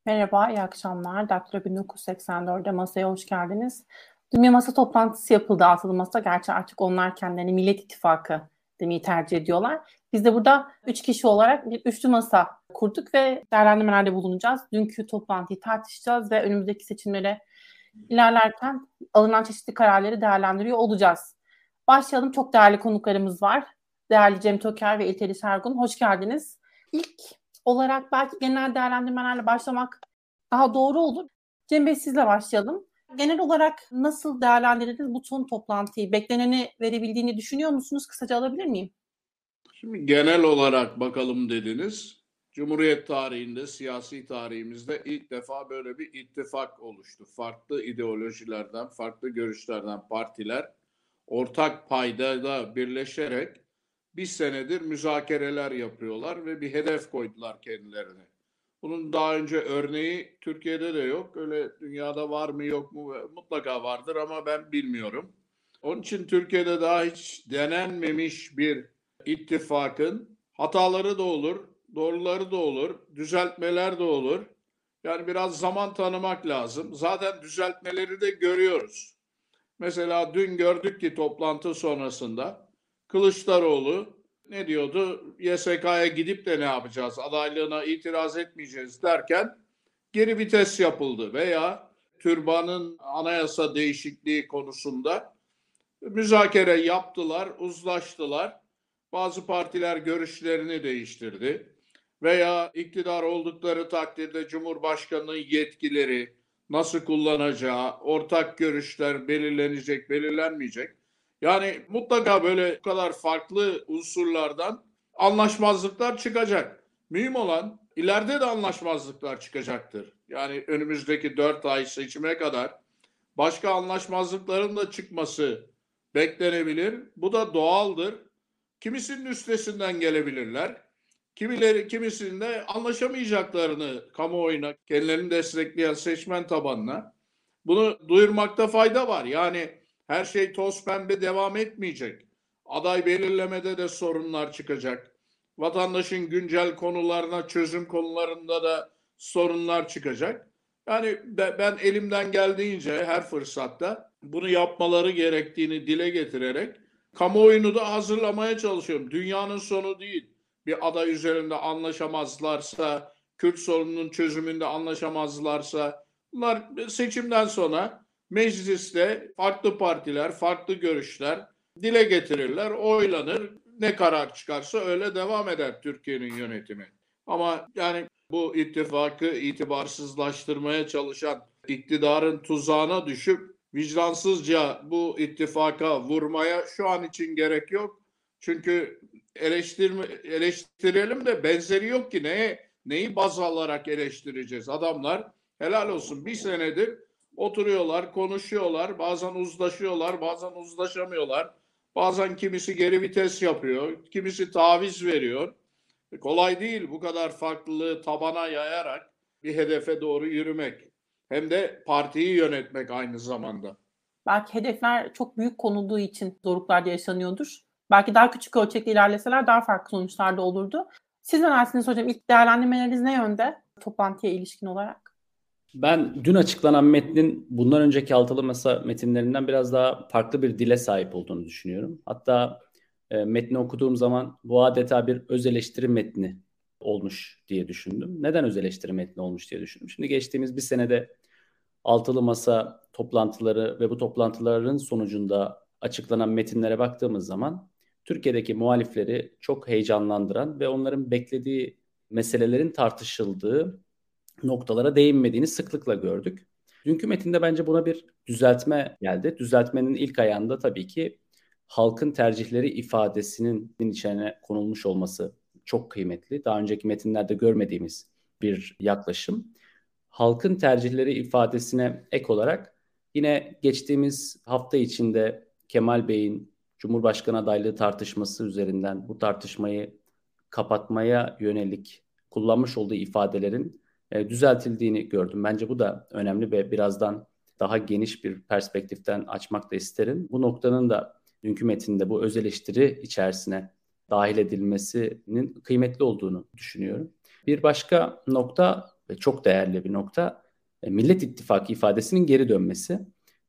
Merhaba, iyi akşamlar. Daktilo 1984'de masaya hoş geldiniz. Dün bir masa toplantısı yapıldı altılı masa. Gerçi artık onlar kendilerini Millet İttifakı demeyi tercih ediyorlar. Biz de burada üç kişi olarak bir üçlü masa kurduk ve değerlendirmelerde bulunacağız. Dünkü toplantıyı tartışacağız ve önümüzdeki seçimlere ilerlerken alınan çeşitli kararları değerlendiriyor olacağız. Başlayalım. Çok değerli konuklarımız var. Değerli Cem Toker ve İlteli Sergun. Hoş geldiniz. İlk olarak belki genel değerlendirmelerle başlamak daha doğru olur. Cem Bey sizle başlayalım. Genel olarak nasıl değerlendirdiniz bu son toplantıyı? Bekleneni verebildiğini düşünüyor musunuz? Kısaca alabilir miyim? Şimdi genel olarak bakalım dediniz. Cumhuriyet tarihinde, siyasi tarihimizde ilk defa böyle bir ittifak oluştu. Farklı ideolojilerden, farklı görüşlerden partiler ortak paydada birleşerek bir senedir müzakereler yapıyorlar ve bir hedef koydular kendilerine. Bunun daha önce örneği Türkiye'de de yok. Öyle dünyada var mı yok mu mutlaka vardır ama ben bilmiyorum. Onun için Türkiye'de daha hiç denenmemiş bir ittifakın hataları da olur, doğruları da olur, düzeltmeler de olur. Yani biraz zaman tanımak lazım. Zaten düzeltmeleri de görüyoruz. Mesela dün gördük ki toplantı sonrasında Kılıçdaroğlu ne diyordu? YSK'ya gidip de ne yapacağız? Adaylığına itiraz etmeyeceğiz derken geri vites yapıldı veya türbanın anayasa değişikliği konusunda müzakere yaptılar, uzlaştılar. Bazı partiler görüşlerini değiştirdi. Veya iktidar oldukları takdirde Cumhurbaşkanı'nın yetkileri nasıl kullanacağı, ortak görüşler belirlenecek, belirlenmeyecek. Yani mutlaka böyle bu kadar farklı unsurlardan anlaşmazlıklar çıkacak. Mühim olan ileride de anlaşmazlıklar çıkacaktır. Yani önümüzdeki 4 ay seçime kadar başka anlaşmazlıkların da çıkması beklenebilir. Bu da doğaldır. Kimisinin üstesinden gelebilirler. Kimisinin de anlaşamayacaklarını kamuoyuna, kendilerini destekleyen seçmen tabanına bunu duyurmakta fayda var. Yani her şey toz pembe devam etmeyecek. Aday belirlemede de sorunlar çıkacak. Vatandaşın güncel konularına, çözüm konularında da sorunlar çıkacak. Yani ben elimden geldiğince her fırsatta bunu yapmaları gerektiğini dile getirerek kamuoyunu da hazırlamaya çalışıyorum. Dünyanın sonu değil. Bir aday üzerinde anlaşamazlarsa, Kürt sorununun çözümünde anlaşamazlarsa, bunlar seçimden sonra mecliste farklı partiler, farklı görüşler dile getirirler, oylanır. Ne karar çıkarsa öyle devam eder Türkiye'nin yönetimi. Ama yani bu ittifakı itibarsızlaştırmaya çalışan iktidarın tuzağına düşüp vicdansızca bu ittifaka vurmaya şu an için gerek yok. Çünkü eleştirelim de benzeri yok ki neyi baz alarak eleştireceğiz? Adamlar helal olsun bir senedir oturuyorlar, konuşuyorlar, bazen uzlaşıyorlar, bazen uzlaşamıyorlar. Bazen kimisi geri vites yapıyor, kimisi taviz veriyor. Kolay değil bu kadar farklılığı tabana yayarak bir hedefe doğru yürümek. Hem de partiyi yönetmek aynı zamanda. Belki hedefler çok büyük konulduğu için zorluklar da yaşanıyordur. Belki daha küçük ölçekli ilerleseler daha farklı sonuçlar da olurdu. Siz ne dersiniz hocam? İlk değerlendirmeleriniz ne yönde toplantıya ilişkin olarak? Ben dün açıklanan metnin bundan önceki altılı masa metinlerinden biraz daha farklı bir dile sahip olduğunu düşünüyorum. Hatta metni okuduğum zaman bu adeta bir öz eleştiri metni olmuş diye düşündüm. Neden öz eleştiri metni olmuş diye düşündüm. Şimdi geçtiğimiz bir senede altılı masa toplantıları ve bu toplantıların sonucunda açıklanan metinlere baktığımız zaman Türkiye'deki muhalifleri çok heyecanlandıran ve onların beklediği meselelerin tartışıldığı noktalara değinmediğini sıklıkla gördük. Dünkü metinde bence buna bir düzeltme geldi. Düzeltmenin ilk ayağında tabii ki halkın tercihleri ifadesinin içine konulmuş olması çok kıymetli. Daha önceki metinlerde görmediğimiz bir yaklaşım. Halkın tercihleri ifadesine ek olarak yine geçtiğimiz hafta içinde Kemal Bey'in Cumhurbaşkanı adaylığı tartışması üzerinden bu tartışmayı kapatmaya yönelik kullanmış olduğu ifadelerin düzeltildiğini gördüm. Bence bu da önemli ve birazdan daha geniş bir perspektiften açmak da isterim. Bu noktanın da dünkü metinde bu öz eleştiri içerisine dahil edilmesinin kıymetli olduğunu düşünüyorum. Bir başka nokta ve çok değerli bir nokta Millet İttifakı ifadesinin geri dönmesi.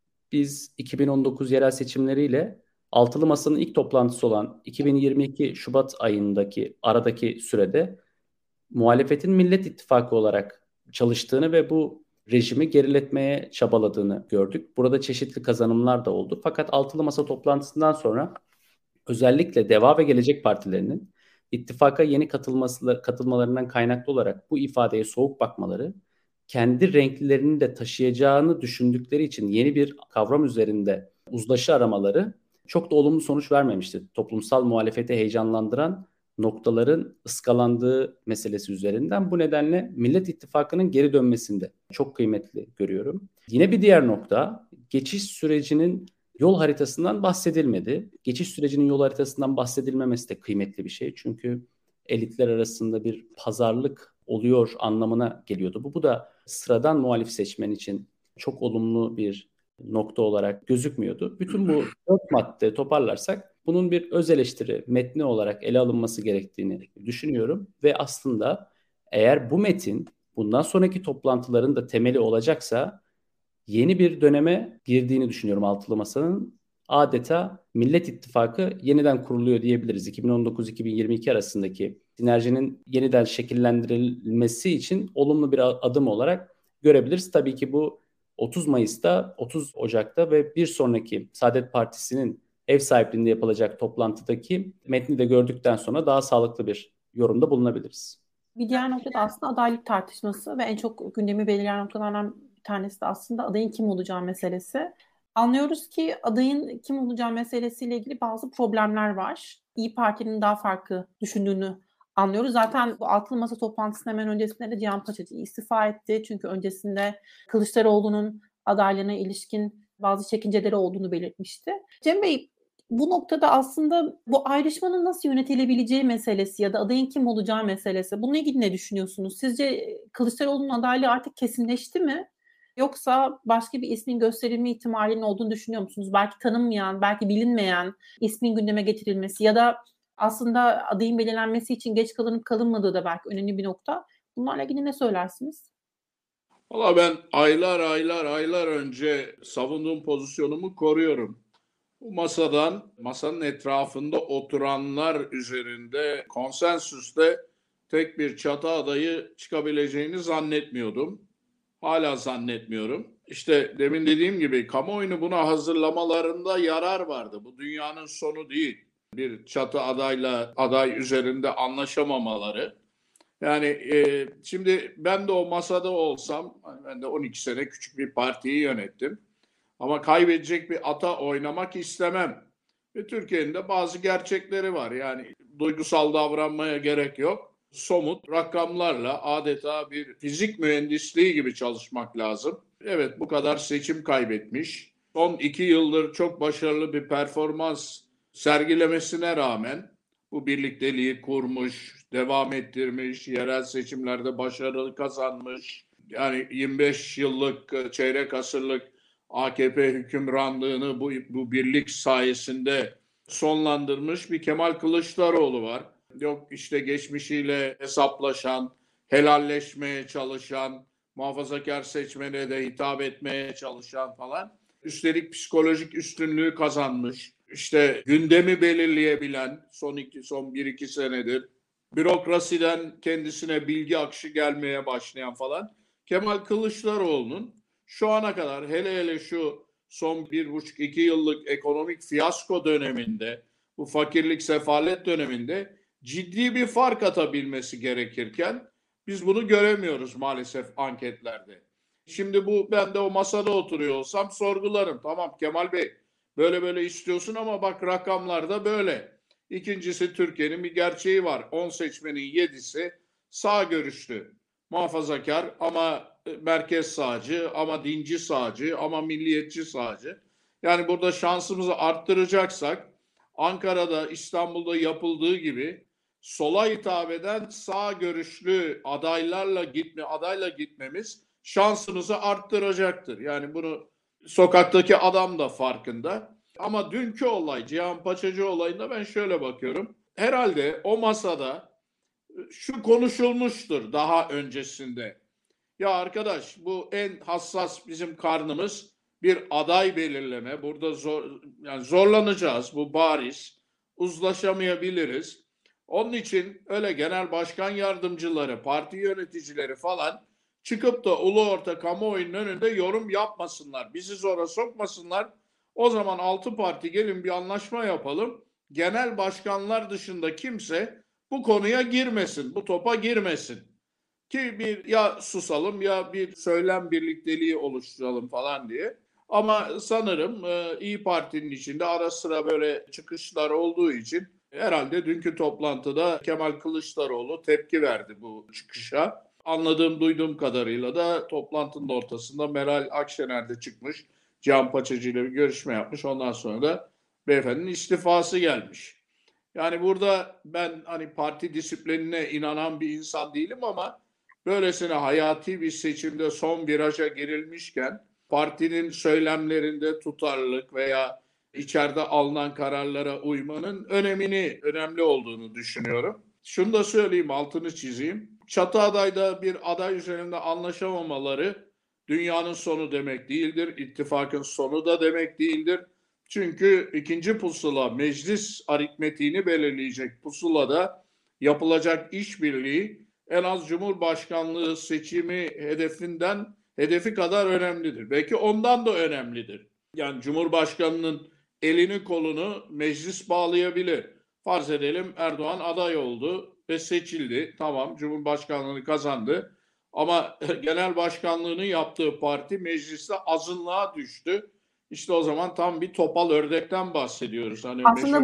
Biz 2019 yerel seçimleriyle Altılı Masa'nın ilk toplantısı olan 2022 Şubat ayındaki aradaki sürede muhalefetin Millet İttifakı olarak çalıştığını ve bu rejimi geriletmeye çabaladığını gördük. Burada çeşitli kazanımlar da oldu. Fakat Altılı Masa toplantısından sonra özellikle Deva ve Gelecek Partilerinin ittifaka yeni katılmalarından kaynaklı olarak bu ifadeye soğuk bakmaları, kendi renklerini de taşıyacağını düşündükleri için yeni bir kavram üzerinde uzlaşı aramaları çok da olumlu sonuç vermemişti. Toplumsal muhalefeti heyecanlandıran noktaların ıskalandığı meselesi üzerinden. Bu nedenle Millet İttifakı'nın geri dönmesinde çok kıymetli görüyorum. Yine bir diğer nokta, geçiş sürecinin yol haritasından bahsedilmedi. Geçiş sürecinin yol haritasından bahsedilmemesi de kıymetli bir şey. Çünkü elitler arasında bir pazarlık oluyor anlamına geliyordu. Bu da sıradan muhalif seçmen için çok olumlu bir nokta olarak gözükmüyordu. Bütün bu 4 madde toparlarsak bunun bir öz eleştiri metni olarak ele alınması gerektiğini düşünüyorum. Ve aslında eğer bu metin bundan sonraki toplantıların da temeli olacaksa yeni bir döneme girdiğini düşünüyorum Altılı Masa'nın. Adeta Millet İttifakı yeniden kuruluyor diyebiliriz. 2019-2022 arasındaki sinerjinin yeniden şekillendirilmesi için olumlu bir adım olarak görebiliriz. Tabii ki bu 30 Mayıs'ta, 30 Ocak'ta ve bir sonraki Saadet Partisi'nin ev sahipliğinde yapılacak toplantıdaki metni de gördükten sonra daha sağlıklı bir yorumda bulunabiliriz. Bir diğer nokta da aslında adaylık tartışması ve en çok gündemi belirleyen noktalardan bir tanesi de aslında adayın kim olacağı meselesi. Anlıyoruz ki adayın kim olacağı meselesiyle ilgili bazı problemler var. İYİ Parti'nin daha farklı düşündüğünü anlıyoruz. Zaten bu Altılı Masa toplantısının hemen öncesinde de Cihan Paçacı istifa etti. Çünkü öncesinde Kılıçdaroğlu'nun adaylığına ilişkin bazı çekinceleri olduğunu belirtmişti. Cem Bey, bu noktada aslında bu ayrışmanın nasıl yönetilebileceği meselesi ya da adayın kim olacağı meselesi. Bununla ilgili ne düşünüyorsunuz? Sizce Kılıçdaroğlu'nun adaylığı artık kesinleşti mi? Yoksa başka bir ismin gösterilme ihtimalinin olduğunu düşünüyor musunuz? Belki tanınmayan, belki bilinmeyen ismin gündeme getirilmesi ya da aslında adayın belirlenmesi için geç kalınıp kalınmadığı da belki önemli bir nokta. Bunlarla ilgili ne söylersiniz? Valla ben aylar önce savunduğum pozisyonumu koruyorum. Bu masanın etrafında oturanlar üzerinde konsensüste tek bir çatı adayı çıkabileceğini zannetmiyordum. Hala zannetmiyorum. İşte demin dediğim gibi kamuoyunu buna hazırlamalarında yarar vardı. Bu dünyanın sonu değil. Bir çatı aday üzerinde anlaşamamaları. Yani şimdi ben de o masada olsam, ben de 12 sene küçük bir partiyi yönettim. Ama kaybedecek bir ata oynamak istemem. Ve Türkiye'nin de bazı gerçekleri var. Yani duygusal davranmaya gerek yok. Somut rakamlarla adeta bir fizik mühendisliği gibi çalışmak lazım. Evet, bu kadar seçim kaybetmiş. Son 2 yıldır çok başarılı bir performans sergilemesine rağmen bu birlikteliği kurmuş, devam ettirmiş, yerel seçimlerde başarılı kazanmış. Yani 25 yıllık, çeyrek asırlık AKP hükümranlığını bu birlik sayesinde sonlandırmış bir Kemal Kılıçdaroğlu var. Yok işte geçmişiyle hesaplaşan, helalleşmeye çalışan, muhafazakar seçmene de hitap etmeye çalışan falan. Üstelik psikolojik üstünlüğü kazanmış. İşte gündemi belirleyebilen son 1-2 senedir bürokrasiden kendisine bilgi akışı gelmeye başlayan falan Kemal Kılıçdaroğlu'nun şu ana kadar hele şu son 1,5-2 yıllık ekonomik fiyasko döneminde, bu fakirlik sefalet döneminde ciddi bir fark atabilmesi gerekirken biz bunu göremiyoruz maalesef anketlerde. Şimdi ben de o masada oturuyor olsam sorgularım. Tamam Kemal Bey, böyle istiyorsun ama bak rakamlarda böyle. İkincisi, Türkiye'nin bir gerçeği var. 10 seçmenin 7'si sağ görüşlü, muhafazakar ama merkez sağcı, ama dinci sağcı, ama milliyetçi sağcı. Yani burada şansımızı arttıracaksak Ankara'da, İstanbul'da yapıldığı gibi sola hitap eden sağ görüşlü adayla gitmemiz şansımızı arttıracaktır. Yani bunu sokaktaki adam da farkında. Ama dünkü olay, Cihan Paçacı olayında ben şöyle bakıyorum. Herhalde o masada şu konuşulmuştur daha öncesinde. Ya arkadaş, bu en hassas bizim karnımız bir aday belirleme. Burada yani zorlanacağız, bu bariz. Uzlaşamayabiliriz. Onun için öyle genel başkan yardımcıları, parti yöneticileri falan çıkıp da ulu orta kamuoyunun önünde yorum yapmasınlar. Bizi zora sokmasınlar. O zaman 6 parti gelin bir anlaşma yapalım. Genel başkanlar dışında kimse bu konuya girmesin, bu topa girmesin. Ki bir ya susalım ya bir söylem birlikteliği oluşturalım falan diye. Ama sanırım İyi Parti'nin içinde ara sıra böyle çıkışlar olduğu için herhalde dünkü toplantıda Kemal Kılıçdaroğlu tepki verdi bu çıkışa. Anladığım, duyduğum kadarıyla da toplantının ortasında Meral Akşener de çıkmış. Cihan Paçacı ile bir görüşme yapmış. Ondan sonra da beyefendinin istifası gelmiş. Yani burada ben hani parti disiplinine inanan bir insan değilim ama böylesine hayati bir seçimde son viraja girilmişken partinin söylemlerinde tutarlılık veya içeride alınan kararlara uymanın önemli olduğunu düşünüyorum. Şunu da söyleyeyim, altını çizeyim. Çatı adayda bir aday üzerinde anlaşamamaları dünyanın sonu demek değildir. İttifakın sonu da demek değildir. Çünkü ikinci pusula meclis aritmetiğini belirleyecek pusulada yapılacak işbirliği en az Cumhurbaşkanlığı seçimi hedefi kadar önemlidir. Belki ondan da önemlidir. Yani Cumhurbaşkanının elini kolunu meclis bağlayabilir. Farz edelim Erdoğan aday oldu ve seçildi. Tamam, Cumhurbaşkanlığını kazandı. Ama genel başkanlığını yaptığı parti mecliste azınlığa düştü. İşte o zaman tam bir topal ördekten bahsediyoruz. Hani aslında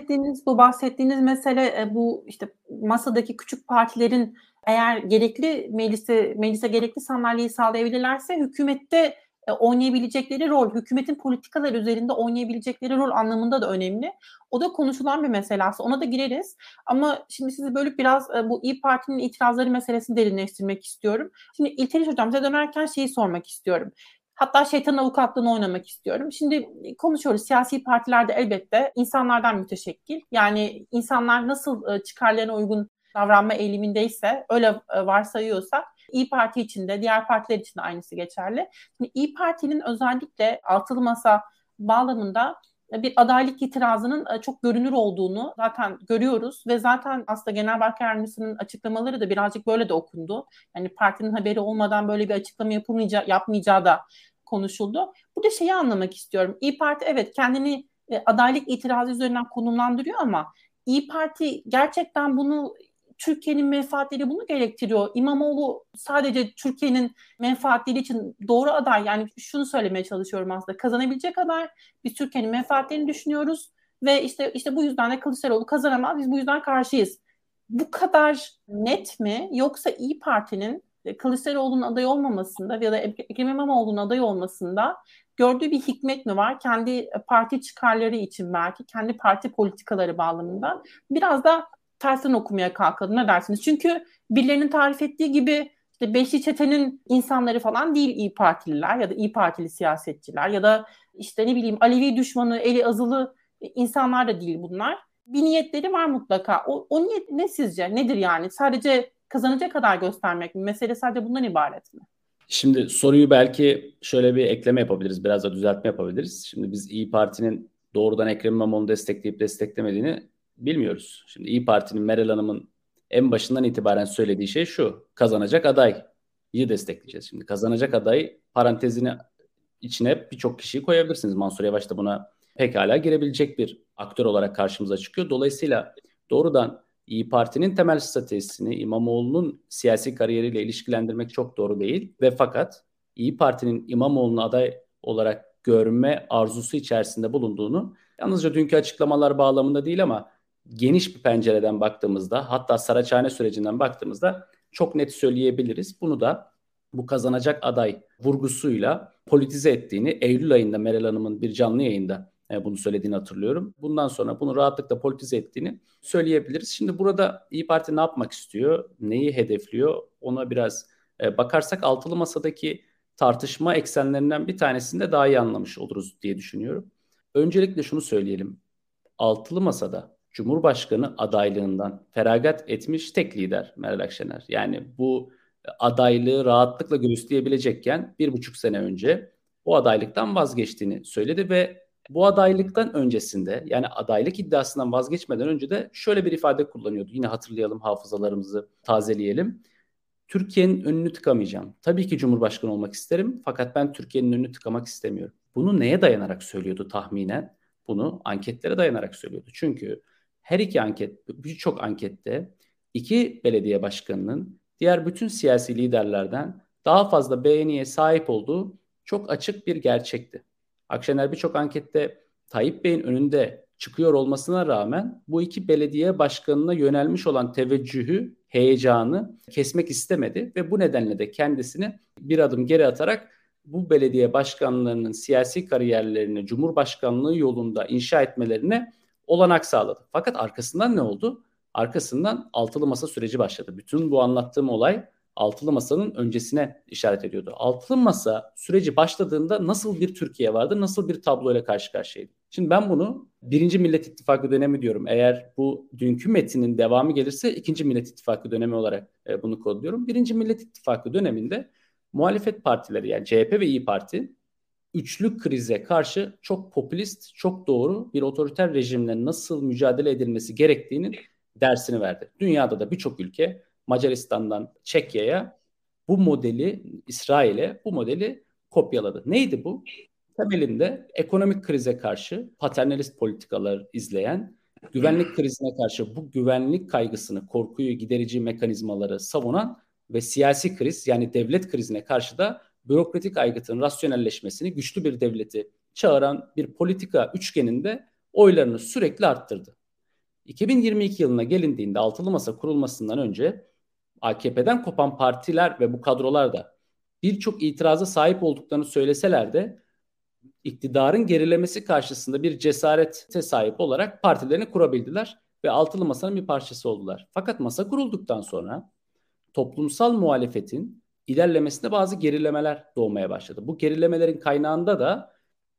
bu bahsettiğiniz mesele bu işte masadaki küçük partilerin eğer gerekli meclise gerekli sandalyeyi sağlayabilirlerse hükümette oynayabilecekleri rol, hükümetin politikalar üzerinde oynayabilecekleri rol anlamında da önemli. O da konuşulan bir mesele aslında. Ona da gireriz. Ama şimdi sizi bölüp biraz bu İYİ Parti'nin itirazları meselesini derinleştirmek istiyorum. Şimdi İlteriş Hocam size dönerken şeyi sormak istiyorum. Hatta şeytanın avukatlığını oynamak istiyorum. Şimdi konuşuyoruz. Siyasi partiler de elbette insanlardan müteşekkil. Yani insanlar nasıl çıkarlarına uygun davranma eğilimindeyse, öyle varsayıyorsak İYİ Parti için de diğer partiler için de aynısı geçerli. Şimdi İYİ Parti'nin özellikle altılı masa bağlamında bir adaylık itirazının çok görünür olduğunu zaten görüyoruz ve zaten aslında Genel Başkan Yardımcısının açıklamaları da birazcık böyle de okundu. Yani partinin haberi olmadan böyle bir açıklama yapmayacağı da konuşuldu. Burada şeyi anlamak istiyorum. İYİ Parti evet kendini adaylık itirazı üzerinden konumlandırıyor ama İYİ Parti gerçekten bunu Türkiye'nin menfaatleri bunu gerektiriyor. İmamoğlu sadece Türkiye'nin menfaatleri için doğru aday. Yani şunu söylemeye çalışıyorum aslında. Kazanabilecek aday. Biz Türkiye'nin menfaatlerini düşünüyoruz ve işte bu yüzden de Kılıçdaroğlu kazanamaz. Biz bu yüzden karşıyız. Bu kadar net mi? Yoksa İYİ Parti'nin Kılıçdaroğlu'nun aday olmamasında ya da Ekrem İmamoğlu'nun aday olmasında gördüğü bir hikmet mi var? Kendi parti çıkarları için belki, kendi parti politikaları bağlamında. Biraz da tersten okumaya kalkalım. Ne dersiniz? Çünkü birilerinin tarif ettiği gibi işte Beşli Çete'nin insanları falan değil İYİ Partililer ya da İYİ Partili siyasetçiler ya da işte ne bileyim Alevi düşmanı, eli azılı insanlar da değil bunlar. Bir niyetleri var mutlaka. O niyet ne sizce? Nedir yani? Sadece kazanacak kadar göstermek mi? Mesele sadece bundan ibaret mi? Şimdi soruyu belki şöyle bir ekleme yapabiliriz. Biraz da düzeltme yapabiliriz. Şimdi biz İYİ Parti'nin doğrudan Ekrem İmamoğlu'nu destekleyip desteklemediğini bilmiyoruz. Şimdi İYİ Parti'nin Meral Hanım'ın en başından itibaren söylediği şey şu. Kazanacak adayı destekleyeceğiz. Şimdi kazanacak aday parantezini içine birçok kişiyi koyabilirsiniz. Mansur Yavaş da buna pekala girebilecek bir aktör olarak karşımıza çıkıyor. Dolayısıyla doğrudan İYİ Parti'nin temel stratejisini İmamoğlu'nun siyasi kariyeriyle ilişkilendirmek çok doğru değil. Ve fakat İYİ Parti'nin İmamoğlu'nu aday olarak görme arzusu içerisinde bulunduğunu yalnızca dünkü açıklamalar bağlamında değil ama geniş bir pencereden baktığımızda, hatta Saraçhane sürecinden baktığımızda çok net söyleyebiliriz. Bunu da bu kazanacak aday vurgusuyla politize ettiğini, Eylül ayında Meral Hanım'ın bir canlı yayında bunu söylediğini hatırlıyorum. Bundan sonra bunu rahatlıkla politize ettiğini söyleyebiliriz. Şimdi burada İYİ Parti ne yapmak istiyor, neyi hedefliyor ona biraz bakarsak altılı masadaki tartışma eksenlerinden bir tanesini de daha iyi anlamış oluruz diye düşünüyorum. Öncelikle şunu söyleyelim. Altılı masada Cumhurbaşkanı adaylığından feragat etmiş tek lider Meral Akşener. Yani bu adaylığı rahatlıkla göğüsleyebilecekken 1,5 sene önce o adaylıktan vazgeçtiğini söyledi ve bu adaylıktan öncesinde, yani adaylık iddiasından vazgeçmeden önce de şöyle bir ifade kullanıyordu. Yine hatırlayalım, hafızalarımızı tazeleyelim. Türkiye'nin önünü tıkamayacağım. Tabii ki Cumhurbaşkanı olmak isterim fakat ben Türkiye'nin önünü tıkamak istemiyorum. Bunu neye dayanarak söylüyordu tahminen? Bunu anketlere dayanarak söylüyordu. Çünkü her iki anket, birçok ankette iki belediye başkanının diğer bütün siyasi liderlerden daha fazla beğeniye sahip olduğu çok açık bir gerçekti. Akşener birçok ankette Tayyip Bey'in önünde çıkıyor olmasına rağmen bu iki belediye başkanına yönelmiş olan teveccühü, heyecanı kesmek istemedi ve bu nedenle de kendisini bir adım geri atarak bu belediye başkanlarının siyasi kariyerlerini Cumhurbaşkanlığı yolunda inşa etmelerine olanak sağladı. Fakat arkasından ne oldu? Arkasından altılı masa süreci başladı. Bütün bu anlattığım olay altılı masanın öncesine işaret ediyordu. Altılı masa süreci başladığında nasıl bir Türkiye vardı, nasıl bir tabloyla karşı karşıyaydı? Şimdi ben bunu 1. Millet İttifakı dönemi diyorum. Eğer bu dünkü metinin devamı gelirse 2. Millet İttifakı dönemi olarak bunu kodluyorum. 1. Millet İttifakı döneminde muhalefet partileri, yani CHP ve İYİ Parti üçlü krize karşı çok popülist, çok doğru bir otoriter rejimle nasıl mücadele edilmesi gerektiğinin dersini verdi. Dünyada da birçok ülke, Macaristan'dan Çekya'ya bu modeli, İsrail'e bu modeli kopyaladı. Neydi bu? Temelinde ekonomik krize karşı paternalist politikalar izleyen, güvenlik krizine karşı bu güvenlik kaygısını, korkuyu giderici mekanizmaları savunan ve siyasi kriz, yani devlet krizine karşı da bürokratik aygıtın rasyonelleşmesini, güçlü bir devleti çağıran bir politika üçgeninde oylarını sürekli arttırdı. 2022 yılına gelindiğinde altılı masa kurulmasından önce AKP'den kopan partiler ve bu kadrolar da birçok itiraza sahip olduklarını söyleseler de iktidarın gerilemesi karşısında bir cesarete sahip olarak partilerini kurabildiler ve altılı masanın bir parçası oldular. Fakat masa kurulduktan sonra toplumsal muhalefetin ilerlemesinde bazı gerilemeler doğmaya başladı. Bu gerilemelerin kaynağında da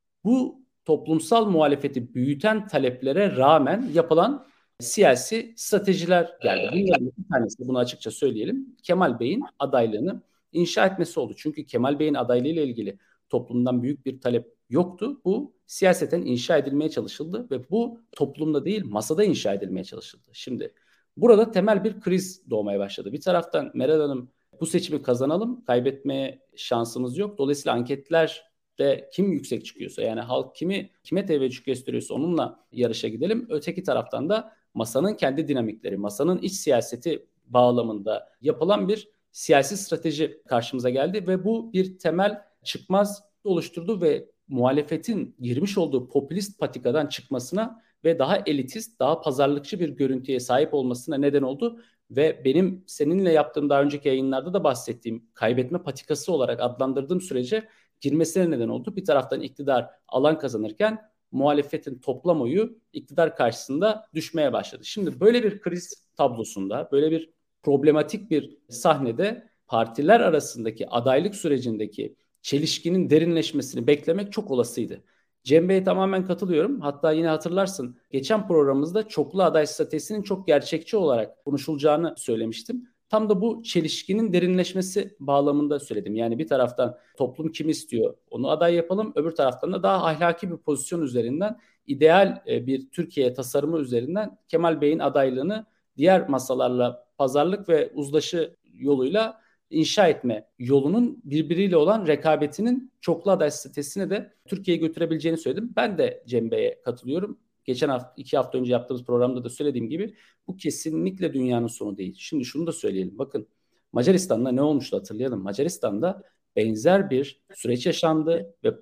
bu toplumsal muhalefeti büyüten taleplere rağmen yapılan siyasi stratejiler geldi. Bunların bir tanesi, bunu açıkça söyleyelim, Kemal Bey'in adaylığını inşa etmesi oldu. Çünkü Kemal Bey'in adaylığıyla ilgili toplumdan büyük bir talep yoktu. Bu siyaseten inşa edilmeye çalışıldı ve bu toplumda değil masada inşa edilmeye çalışıldı. Şimdi burada temel bir kriz doğmaya başladı. Bir taraftan Meral Hanım bu seçimi kazanalım, kaybetmeye şansımız yok. Dolayısıyla anketlerde kim yüksek çıkıyorsa, yani halk kime teveccüh gösteriyorsa onunla yarışa gidelim. Öteki taraftan da masanın kendi dinamikleri, masanın iç siyaseti bağlamında yapılan bir siyasi strateji karşımıza geldi ve bu bir temel çıkmaz oluşturdu ve muhalefetin girmiş olduğu popülist patikadan çıkmasına ve daha elitist, daha pazarlıkçı bir görüntüye sahip olmasına neden oldu. Ve benim seninle yaptığım daha önceki yayınlarda da bahsettiğim kaybetme patikası olarak adlandırdığım sürece girmesine neden oldu. Bir taraftan iktidar alan kazanırken muhalefetin toplam oyu iktidar karşısında düşmeye başladı. Şimdi böyle bir kriz tablosunda, böyle bir problematik bir sahnede partiler arasındaki adaylık sürecindeki çelişkinin derinleşmesini beklemek çok olasıydı. Cem Bey'e tamamen katılıyorum. Hatta yine hatırlarsın, geçen programımızda çoklu aday stratejisinin çok gerçekçi olarak konuşulacağını söylemiştim. Tam da bu çelişkinin derinleşmesi bağlamında söyledim. Yani bir taraftan toplum kim istiyor onu aday yapalım. Öbür taraftan da daha ahlaki bir pozisyon üzerinden, ideal bir Türkiye tasarımı üzerinden Kemal Bey'in adaylığını diğer masalarla pazarlık ve uzlaşı yoluyla inşa etme yolunun birbiriyle olan rekabetinin çoklu aday stratejisine de Türkiye'yi götürebileceğini söyledim. Ben de Cem Bey'e katılıyorum. Geçen hafta, 2 hafta önce yaptığımız programda da söylediğim gibi bu kesinlikle dünyanın sonu değil. Şimdi şunu da söyleyelim. Bakın, Macaristan'da ne olmuştu hatırlayalım. Macaristan'da benzer bir süreç yaşandı ve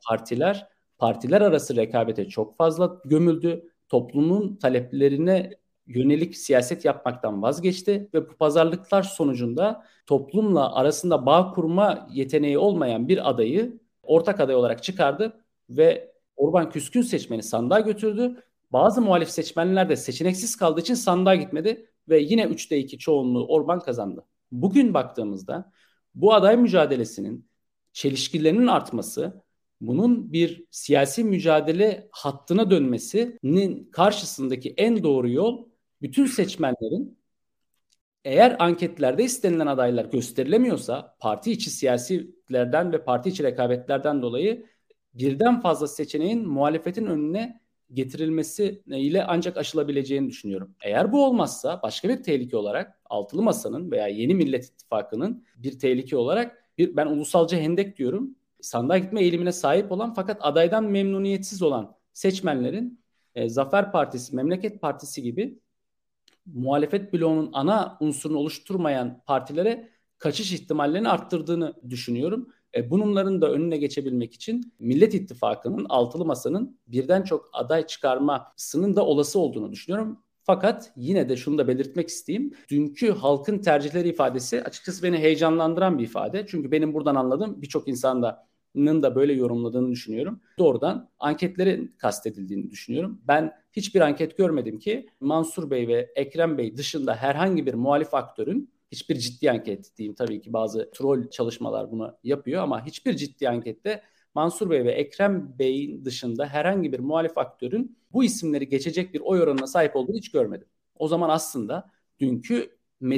partiler arası rekabete çok fazla gömüldü. Toplumun taleplerine yönelik siyaset yapmaktan vazgeçti ve bu pazarlıklar sonucunda toplumla arasında bağ kurma yeteneği olmayan bir adayı ortak aday olarak çıkardı ve Orban küskün seçmeni sandığa götürdü. Bazı muhalif seçmenler de seçeneksiz kaldığı için sandığa gitmedi ve yine 3'te 2 çoğunluğu Orban kazandı. Bugün baktığımızda bu aday mücadelesinin çelişkilerinin artması, bunun bir siyasi mücadele hattına dönmesinin karşısındaki en doğru yol bütün seçmenlerin eğer anketlerde istenilen adaylar gösterilemiyorsa parti içi siyasilerden ve parti içi rekabetlerden dolayı birden fazla seçeneğin muhalefetin önüne getirilmesi ile ancak aşılabileceğini düşünüyorum. Eğer bu olmazsa başka bir tehlike olarak Altılı Masa'nın veya yeni Millet İttifakı'nın bir tehlike olarak ben ulusalcı hendek diyorum. Sandığa gitme eğilimine sahip olan fakat adaydan memnuniyetsiz olan seçmenlerin Zafer Partisi, Memleket Partisi gibi muhalefet bloğunun ana unsurunu oluşturmayan partilere kaçış ihtimallerini arttırdığını düşünüyorum. Bunların da önüne geçebilmek için Millet İttifakı'nın, Altılı Masa'nın birden çok aday çıkarmasının da olası olduğunu düşünüyorum. Fakat yine de şunu da belirtmek isteyeyim. Dünkü halkın tercihleri ifadesi açıkçası beni heyecanlandıran bir ifade. Çünkü benim buradan anladığım birçok insanın da böyle yorumladığını düşünüyorum. Doğrudan anketlerin kastedildiğini düşünüyorum. Ben hiçbir anket görmedim ki Mansur Bey ve Ekrem Bey dışında herhangi bir muhalif aktörün, hiçbir ciddi anket diyeyim, tabii ki bazı troll çalışmalar bunu yapıyor ama hiçbir ciddi ankette Mansur Bey ve Ekrem Bey'in dışında herhangi bir muhalif aktörün bu isimleri geçecek bir oy oranına sahip olduğunu hiç görmedim. O zaman aslında dünkü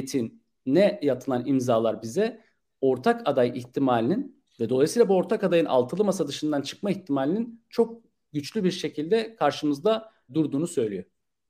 metine yatılan imzalar bize ortak aday ihtimalinin ve dolayısıyla bu ortak adayın altılı masa dışından çıkma ihtimalinin çok güçlü bir şekilde karşımızda durduğunu söylüyor.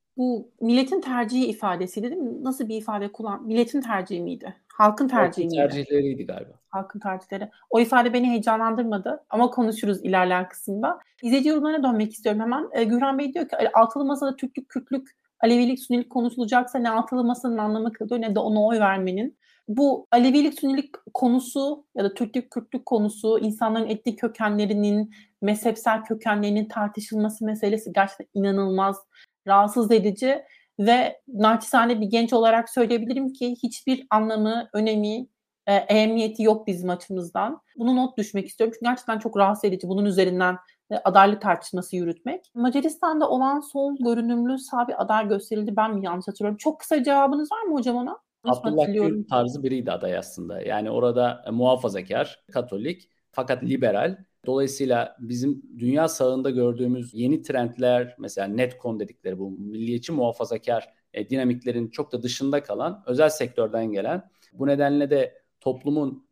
Bu milletin tercihi ifadesi değil mi? Nasıl bir ifade kullan? Milletin tercihi miydi? Halkın tercihi miydi? Halkın tercihleriydi galiba. Halkın tercihleri. O ifade beni heyecanlandırmadı ama konuşuruz ilerleyen kısımda. İzleyici yorumlarına dönmek istiyorum hemen. Gürhan Bey diyor ki altılı masada Türklük, Kürtlük, Alevilik, Sünnilik konuşulacaksa ne altılı masanın anlamı kalıyor ne de ona oy vermenin. Bu Alevilik, Sünnilik konusu ya da Türklük, Kürtlük konusu, insanların etnik kökenlerinin, mezhepsel kökenlerinin tartışılması meselesi gerçekten inanılmaz rahatsız edici ve naçizane bir genç olarak söyleyebilirim ki hiçbir anlamı, önemi, ehemmiyeti yok bizim açımızdan. Bunu not düşmek istiyorum çünkü gerçekten çok rahatsız edici bunun üzerinden adaylık tartışması yürütmek. Macaristan'da olan sol görünümlü sağ bir aday gösterildi. Ben mi yanlış hatırlıyorum? Çok kısa cevabınız var mı hocam ona? Abdullah Gül tarzı biriydi aday aslında. Yani orada muhafazakar, Katolik fakat liberal. Dolayısıyla bizim dünya sahasında gördüğümüz yeni trendler, mesela Netcon dedikleri bu milliyetçi muhafazakar dinamiklerin çok da dışında kalan, özel sektörden gelen, bu nedenle de toplumun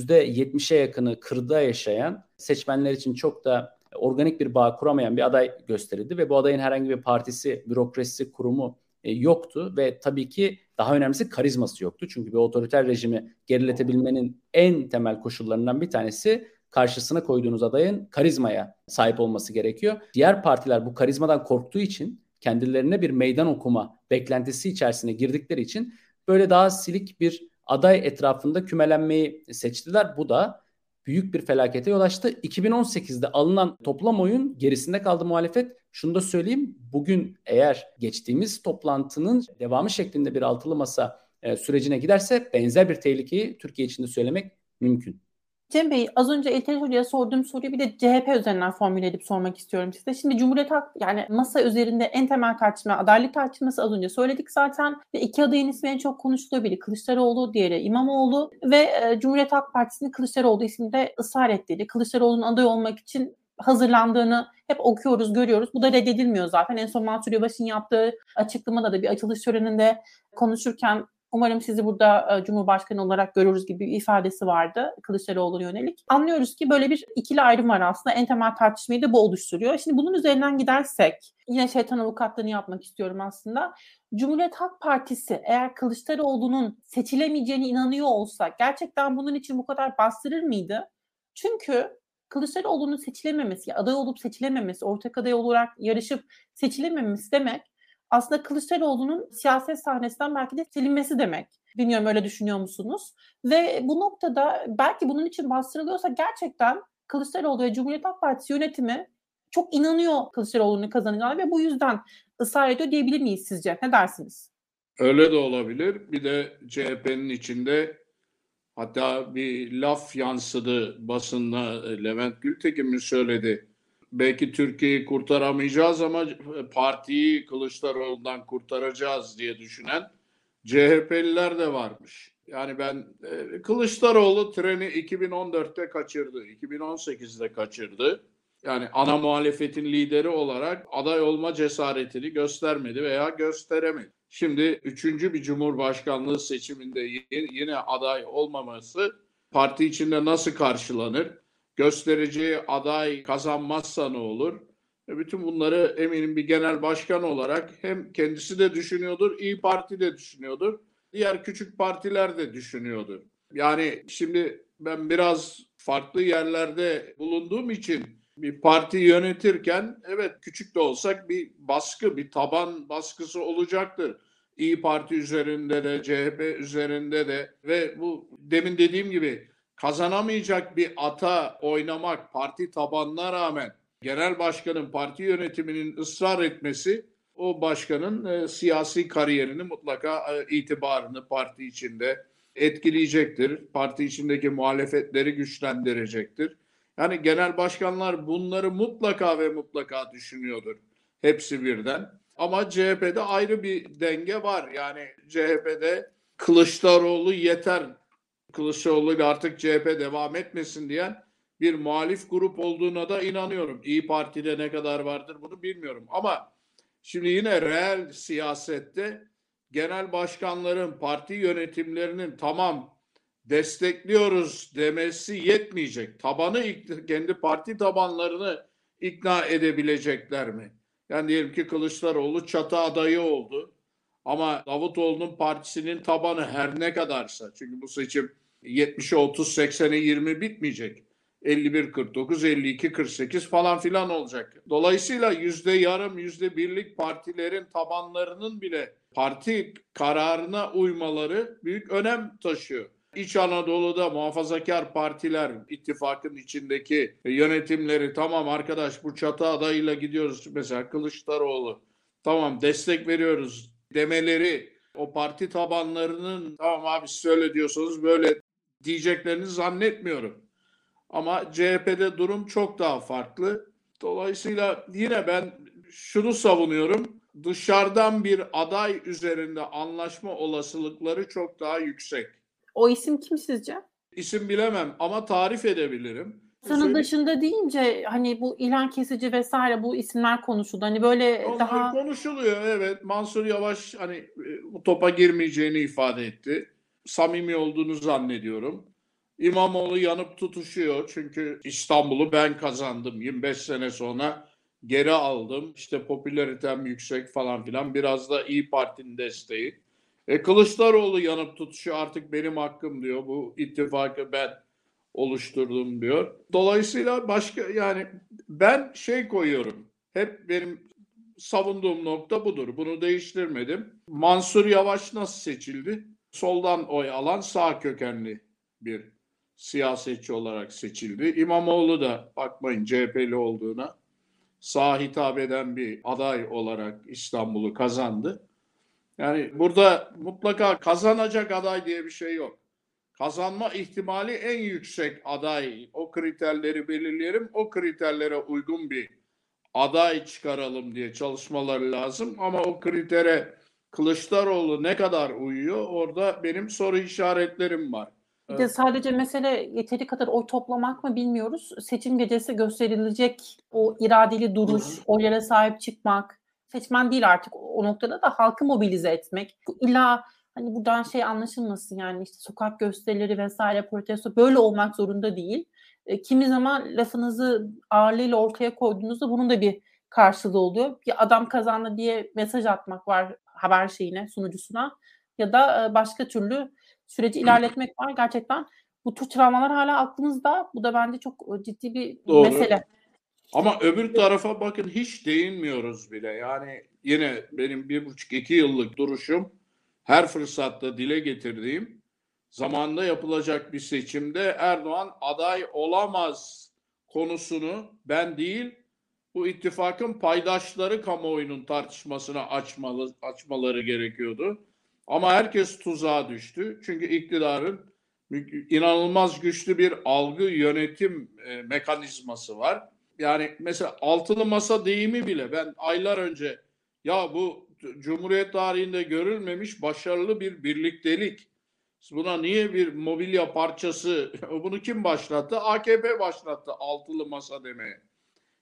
%70'e yakını kırda yaşayan seçmenler için çok da organik bir bağ kuramayan bir aday gösterildi ve bu adayın herhangi bir partisi, bürokrasisi, kurumu yoktu ve tabii ki daha önemlisi karizması yoktu. Çünkü bir otoriter rejimi geriletebilmenin en temel koşullarından bir tanesi karşısına koyduğunuz adayın karizmaya sahip olması gerekiyor. Diğer partiler bu karizmadan korktuğu için, kendilerine bir meydan okuma beklentisi içerisine girdikleri için böyle daha silik bir aday etrafında kümelenmeyi seçtiler. Bu da büyük bir felakete yol açtı. 2018'de alınan toplam oyun gerisinde kaldı muhalefet. Şunu da söyleyeyim, bugün eğer geçtiğimiz toplantının devamı şeklinde bir altılı masa sürecine giderse benzer bir tehlikeyi Türkiye için de söylemek mümkün. Cem Bey, az önce İlker Hoca'ya sorduğum soruyu bir de CHP üzerinden formüle edip sormak istiyorum size. Şimdi Cumhuriyet Halk, yani masa üzerinde en temel tartışma adaylık tartışması, az önce söyledik zaten. Ve iki adayın ismi en çok konuşuluyor, biri Kılıçdaroğlu, diğeri İmamoğlu ve Cumhuriyet Halk Partisi'nin Kılıçdaroğlu isminde ısrar ettiği, Kılıçdaroğlu'nun aday olmak için hazırlandığını hep okuyoruz, görüyoruz. Bu da reddedilmiyor zaten. En son Mansur Yavaş'ın yaptığı açıklamada da bir açılış töreninde konuşurken umarım sizi burada Cumhurbaşkanı olarak görürüz gibi bir ifadesi vardı Kılıçdaroğlu'na yönelik. Anlıyoruz ki böyle bir ikili ayrım var aslında. En temel tartışmayı da bu oluşturuyor. Şimdi bunun üzerinden gidersek, yine şeytan avukatlığını yapmak istiyorum aslında. Cumhuriyet Halk Partisi eğer Kılıçdaroğlu'nun seçilemeyeceğine inanıyor olsa gerçekten bunun için bu kadar bastırır mıydı? Çünkü Kılıçdaroğlu'nun seçilememesi, aday olup seçilememesi, ortak aday olarak yarışıp seçilememesi demek aslında Kılıçdaroğlu'nun siyaset sahnesinden belki de silinmesi demek. Bilmiyorum, öyle düşünüyor musunuz? Ve bu noktada belki bunun için bastırılıyorsa gerçekten Kılıçdaroğlu ve Cumhuriyet Halk Partisi yönetimi çok inanıyor Kılıçdaroğlu'nun kazanacağına ve bu yüzden ısrar ediyor diyebilir miyiz sizce? Ne dersiniz? Öyle de olabilir. Bir de CHP'nin içinde hatta bir laf yansıdı basında, Levent Gültekin mi söyledi? Belki Türkiye'yi kurtaramayacağız ama partiyi Kılıçdaroğlu'ndan kurtaracağız diye düşünen CHP'liler de varmış. Yani ben Kılıçdaroğlu treni 2014'te kaçırdı, 2018'de kaçırdı. Yani ana muhalefetin lideri olarak aday olma cesaretini göstermedi veya gösteremedi. Şimdi 3. bir cumhurbaşkanlığı seçiminde yine aday olmaması parti içinde nasıl karşılanır? Göstereceği aday kazanmazsa ne olur? Bütün bunları eminim bir genel başkan olarak hem kendisi de düşünüyordur, İYİ Parti de düşünüyordur, diğer küçük partiler de düşünüyordur. Yani şimdi ben biraz farklı yerlerde bulunduğum için bir parti yönetirken evet küçük de olsak bir baskı, bir taban baskısı olacaktır. İYİ Parti üzerinde de, CHP üzerinde de ve bu demin dediğim gibi kazanamayacak bir ata oynamak parti tabanına rağmen genel başkanın parti yönetiminin ısrar etmesi o başkanın siyasi kariyerini mutlaka itibarını parti içinde etkileyecektir. Parti içindeki muhalefetleri güçlendirecektir. Yani genel başkanlar bunları mutlaka ve mutlaka düşünüyordur. Hepsi birden. Ama CHP'de ayrı bir denge var. Yani CHP'de Kılıçdaroğlu yeter. Kılıçdaroğlu artık CHP devam etmesin diyen bir muhalif grup olduğuna da inanıyorum. İYİ Parti'de ne kadar vardır bunu bilmiyorum. Ama şimdi yine reel siyasette genel başkanların, parti yönetimlerinin tamam destekliyoruz demesi yetmeyecek. Kendi parti tabanlarını ikna edebilecekler mi? Yani diyelim ki Kılıçdaroğlu çatı adayı oldu. Ama Davutoğlu'nun partisinin tabanı her ne kadarsa, çünkü bu seçim 70'e 30, 80'e 20 bitmeyecek. 51-49, 52-48 falan filan olacak. Dolayısıyla yarım, %1'lik partilerin tabanlarının bile parti kararına uymaları büyük önem taşıyor. İç Anadolu'da muhafazakar partiler, ittifakın içindeki yönetimleri tamam arkadaş bu çatı adayıyla gidiyoruz. Mesela Kılıçdaroğlu tamam destek veriyoruz demeleri o parti tabanlarının tamam abi siz öyle diyorsanız böyle diyeceklerini zannetmiyorum. Ama CHP'de durum çok daha farklı. Dolayısıyla yine ben şunu savunuyorum. Dışarıdan bir aday üzerinde anlaşma olasılıkları çok daha yüksek. O isim kim sizce? İsim bilemem ama tarif edebilirim. Sanın dışında deyince hani bu İlhan Kesici vesaire bu isimler konuşuldu. Hani böyle onlar daha konuşuluyor evet. Mansur Yavaş hani bu topa girmeyeceğini ifade etti. Samimi olduğunu zannediyorum. İmamoğlu yanıp tutuşuyor çünkü İstanbul'u ben kazandım. 25 sene sonra geri aldım. İşte popülaritem yüksek falan filan. Biraz da İYİ Parti'nin desteği. Kılıçdaroğlu yanıp tutuşuyor artık benim hakkım diyor. Bu ittifakı ben oluşturdum diyor. Dolayısıyla yani ben koyuyorum. Hep benim savunduğum nokta budur. Bunu değiştirmedim. Mansur Yavaş nasıl seçildi? Soldan oy alan sağ kökenli bir siyasetçi olarak seçildi. İmamoğlu da bakmayın CHP'li olduğuna sağa hitap eden bir aday olarak İstanbul'u kazandı. Yani burada mutlaka kazanacak aday diye bir şey yok. Kazanma ihtimali en yüksek aday. O kriterleri belirleyelim. O kriterlere uygun bir aday çıkaralım diye çalışmaları lazım. Ama o kritere Kılıçdaroğlu ne kadar uyuyor orada benim soru işaretlerim var. bir de sadece mesele yeteri kadar oy toplamak mı bilmiyoruz. Seçim gecesi gösterilecek o iradeli duruş, oylara sahip çıkmak, seçmen değil artık o noktada da halkı mobilize etmek. İlla hani buradan anlaşılmasın yani işte sokak gösterileri vesaire protesto böyle olmak zorunda değil. Kimi zaman lafınızı ağırlığıyla ortaya koyduğunuzda bunun da bir karşılığı oluyor. Bir adam kazandı diye mesaj atmak var haber sunucusuna ya da başka türlü süreci ilerletmek var. Gerçekten bu tür travmalar hala aklımızda. Bu da bence çok ciddi bir mesele. Ama öbür tarafa bakın hiç değinmiyoruz bile. Yani yine benim 1,5-2 yıllık duruşum her fırsatta dile getirdiğim zamanında yapılacak bir seçimde Erdoğan aday olamaz konusunu ben değil bu ittifakın paydaşları kamuoyunun tartışmasına açmaları gerekiyordu. Ama herkes tuzağa düştü. Çünkü iktidarın inanılmaz güçlü bir algı yönetim mekanizması var. Yani mesela altılı masa deyimi bile ben aylar önce ya bu Cumhuriyet tarihinde görülmemiş başarılı bir birliktelik. Buna niye bir mobilya parçası bunu kim başlattı? AKP başlattı altılı masa demeye.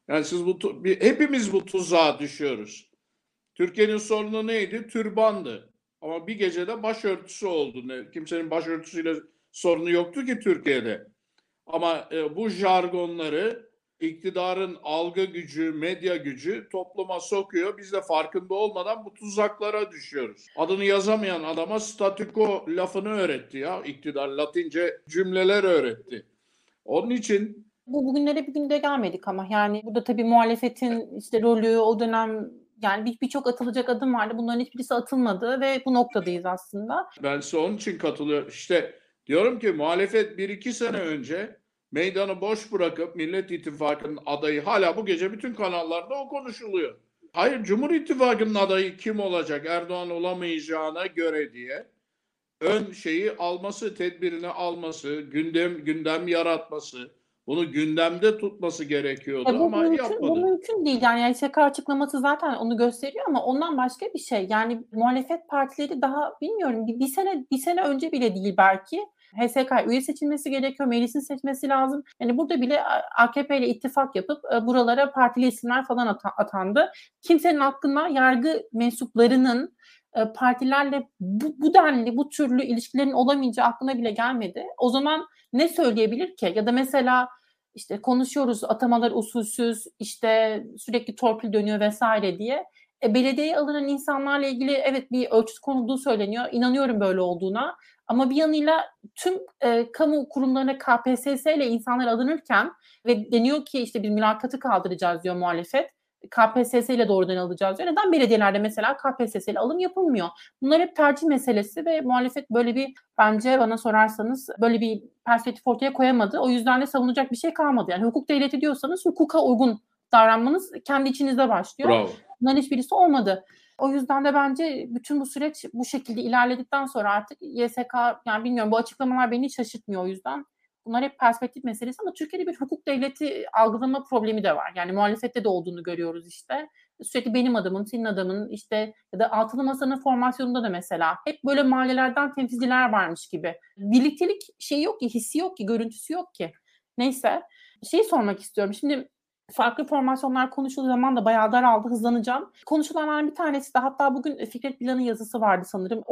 Yani siz hepimiz bu tuzağa düşüyoruz. Türkiye'nin sorunu neydi? Türbandı. Ama bir gecede başörtüsü oldu. Kimsenin başörtüsüyle sorunu yoktu ki Türkiye'de. Ama bu jargonları iktidarın algı gücü, medya gücü topluma sokuyor. Biz de farkında olmadan bu tuzaklara düşüyoruz. Adını yazamayan adama statüko lafını öğretti ya. İktidar Latince cümleler öğretti. Onun için Bu bugünlere bir günde gelmedik ama yani burada tabii muhalefetin işte rolü o dönem yani birçok atılacak adım vardı. Bunların hiçbirisi atılmadı ve bu noktadayız aslında. ben size onun için katılıyorum. İşte diyorum ki muhalefet 1-2 sene önce meydanı boş bırakıp Millet İttifakı'nın adayı hala bu gece bütün kanallarda o konuşuluyor. Hayır, Cumhur İttifakı'nın adayı kim olacak Erdoğan olamayacağına göre diye ön şeyi alması, tedbirini alması, gündem yaratması, bunu gündemde tutması gerekiyordu Bu ama mümkün, bu yapmadı. mümkün değil. Yani YSK açıklaması zaten onu gösteriyor ama ondan başka bir şey. Yani muhalefet partileri daha bilmiyorum bir sene önce bile değil belki. HSK üye seçilmesi gerekiyor, meclisin seçmesi lazım. Yani burada bile AKP ile ittifak yapıp buralara partili isimler falan atandı. Kimsenin aklına yargı mensuplarının partilerle bu denli, bu türlü ilişkilerin olamayacağı aklına bile gelmedi. O zaman ne söyleyebilir ki? Ya da mesela işte konuşuyoruz atamalar usulsüz, işte sürekli torpil dönüyor vesaire diye. Belediyeye alınan insanlarla ilgili evet bir ölçüt konulduğu söyleniyor. İnanıyorum böyle olduğuna. Ama bir yanıyla tüm kamu kurumlarına KPSS ile insanlar alınırken ve deniyor ki işte bir mülakatı kaldıracağız diyor muhalefet. KPSS ile doğrudan alacağız diyor. Neden belediyelerde mesela KPSS ile alım yapılmıyor? Bunlar hep tercih meselesi ve muhalefet böyle bir bence bana sorarsanız böyle bir perspektif ortaya koyamadı. O yüzden de savunacak bir şey kalmadı. Yani hukuk devleti diyorsanız hukuka uygun davranmanız kendi içinizde başlıyor. Bravo. Bunların hiçbirisi olmadı. O yüzden de bence bütün bu süreç bu şekilde ilerledikten sonra artık YSK yani bilmiyorum bu açıklamalar beni hiç şaşırtmıyor o yüzden. Bunlar hep perspektif meselesi ama Türkiye'de bir hukuk devleti algılama problemi de var. Yani muhalefette de olduğunu görüyoruz işte. Sürekli benim adamım, senin adamın işte ya da altılı masanın formasyonunda da mesela hep böyle mahallelerden temsilciler varmış gibi. Birliktelik şeyi yok ki, hissi yok ki, görüntüsü yok ki. Neyse. Şeyi sormak istiyorum. Şimdi farklı formasyonlar konuşulduğu zaman da bayağı daraldı, hızlanacağım. Konuşulanlardan bir tanesi de hatta bugün Fikret Bilan'ın yazısı vardı sanırım.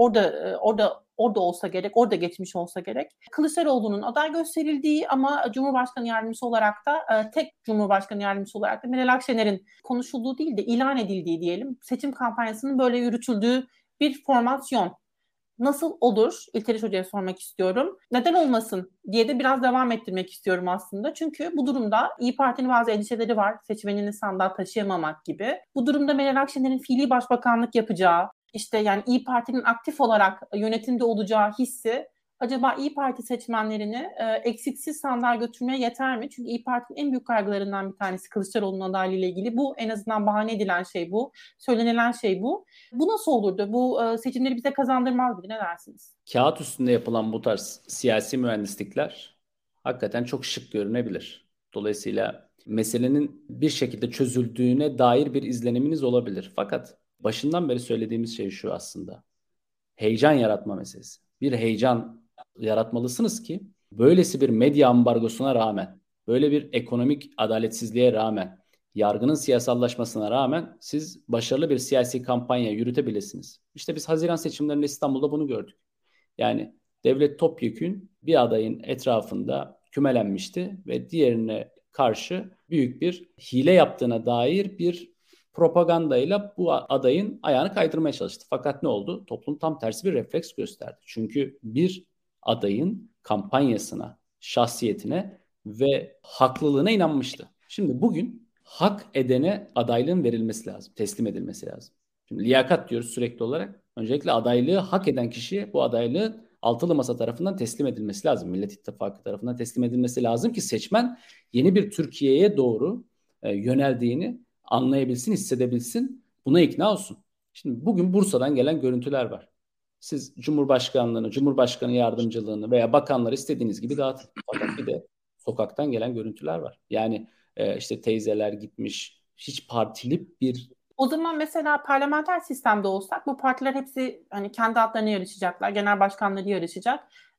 Orada olsa gerek, orada geçmiş olsa gerek. Kılıçdaroğlu'nun aday gösterildiği ama Cumhurbaşkanı yardımcısı olarak da tek Cumhurbaşkanı yardımcısı olarak da Meral Akşener'in konuşulduğu değil de ilan edildiği diyelim. Seçim kampanyasının böyle yürütüldüğü bir formasyon. Nasıl olur? İlteriş Hoca'ya sormak istiyorum. Neden olmasın diye de biraz devam ettirmek istiyorum aslında. Çünkü bu durumda İYİ Parti'nin bazı endişeleri var. Seçmenini sandığa taşıyamamak gibi. Bu durumda Meral Akşener'in fiili başbakanlık yapacağı, işte yani İYİ Parti'nin aktif olarak yönetimde olacağı hissi acaba İYİ Parti seçmenlerini eksiksiz sandığa götürmeye yeter mi? Çünkü İYİ Parti'nin en büyük kaygılarından bir tanesi Kılıçdaroğlu'nun adaylığıyla ilgili. Bu en azından bahane edilen şey bu. Söylenilen şey bu. Bu nasıl olurdu? Bu seçimleri bize kazandırmaz mıydı? Ne dersiniz? Kağıt üstünde yapılan bu tarz siyasi mühendislikler hakikaten çok şık görünebilir. Dolayısıyla meselenin bir şekilde çözüldüğüne dair bir izleniminiz olabilir. Fakat başından beri söylediğimiz şey şu aslında. Heyecan yaratma meselesi. Bir heyecan yaratmalısınız ki böylesi bir medya ambargosuna rağmen, böyle bir ekonomik adaletsizliğe rağmen, yargının siyasallaşmasına rağmen siz başarılı bir siyasi kampanya yürütebilirsiniz. İşte biz Haziran seçimlerinde İstanbul'da bunu gördük. Yani devlet topyekün bir adayın etrafında kümelenmişti ve diğerine karşı büyük bir hile yaptığına dair bir propagandayla bu adayın ayağını kaydırmaya çalıştı. Fakat ne oldu? Toplum tam tersi bir refleks gösterdi. Çünkü bir adayın kampanyasına, şahsiyetine ve haklılığına inanmıştı. Şimdi bugün hak edene adaylığın verilmesi lazım, teslim edilmesi lazım. Şimdi liyakat diyoruz sürekli olarak. Öncelikle adaylığı hak eden kişiye bu adaylığın altılı masa tarafından teslim edilmesi lazım. Millet İttifakı tarafından teslim edilmesi lazım ki seçmen yeni bir Türkiye'ye doğru yöneldiğini anlayabilsin, hissedebilsin, buna ikna olsun. Şimdi bugün Bursa'dan gelen görüntüler var. Siz Cumhurbaşkanlığını, Cumhurbaşkanı yardımcılığını veya bakanları istediğiniz gibi dağıtın. Fakat bir de sokaktan gelen görüntüler var. Yani işte teyzeler gitmiş, hiç partili bir... O zaman mesela parlamenter sistemde olsak bu partiler hepsi hani kendi adlarına yarışacaklar. Genel başkanları yarışacak.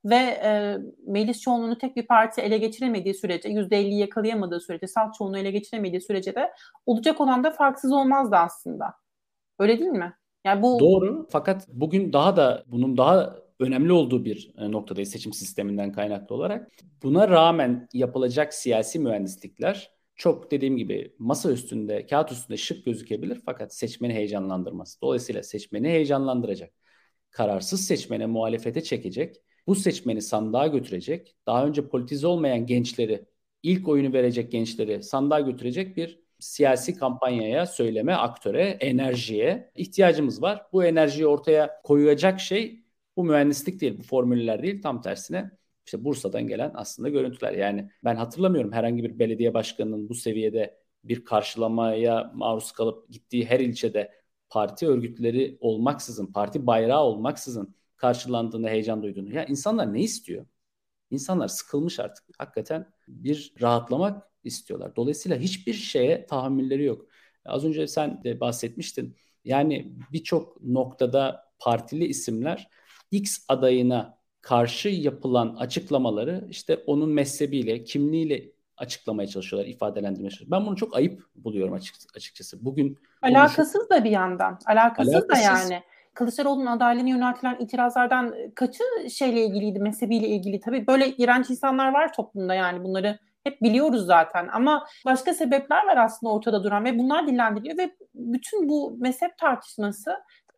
ve meclis çoğunluğunu tek bir parti ele geçiremediği sürece, %50'yi yakalayamadığı sürece, salt çoğunluğu ele geçiremediği sürece de olacak olan da farksız olmazdı aslında. Öyle değil mi? Yani bu Doğru. Fakat bugün bunun daha önemli olduğu bir noktadayız seçim sisteminden kaynaklı olarak. Buna rağmen yapılacak siyasi mühendislikler çok, dediğim gibi, masa üstünde, kağıt üstünde şık gözükebilir fakat seçmeni heyecanlandırmaz. Dolayısıyla seçmeni heyecanlandıracak, kararsız seçmene muhalefete çekecek, bu seçmeni sandığa götürecek, daha önce politize olmayan gençleri, ilk oyunu verecek gençleri sandığa götürecek bir siyasi kampanyaya, söyleme, aktöre, enerjiye ihtiyacımız var. Bu enerjiyi ortaya koyacak şey bu mühendislik değil, bu formüller değil. Tam tersine işte Bursa'dan gelen aslında görüntüler. Yani ben hatırlamıyorum herhangi bir belediye başkanının bu seviyede bir karşılamaya maruz kalıp gittiği her ilçede parti örgütleri olmaksızın, parti bayrağı olmaksızın karşılandığında heyecan duyduğunu. Ya insanlar ne istiyor? İnsanlar sıkılmış artık. Hakikaten bir rahatlamak istiyorlar. Dolayısıyla hiçbir şeye tahammülleri yok. Az önce sen de bahsetmiştin. Yani birçok noktada partili isimler X adayına karşı yapılan açıklamaları işte onun mezhebiyle, kimliğiyle açıklamaya çalışıyorlar, ifadelendirmeye çalışıyorlar. Ben bunu çok ayıp buluyorum açıkçası. Bugün alakasız da bir yandan. Alakasız da alakasız. yani. Kılıçdaroğlu'nun adaylığına yöneltilen itirazlardan kaçı şeyle ilgiliydi, mezhebiyle ilgili? Tabii böyle iğrenç insanlar var toplumda, yani bunları hep biliyoruz zaten. Ama başka sebepler var aslında ortada duran ve bunlar dillendiriliyor ve bütün bu mezhep tartışması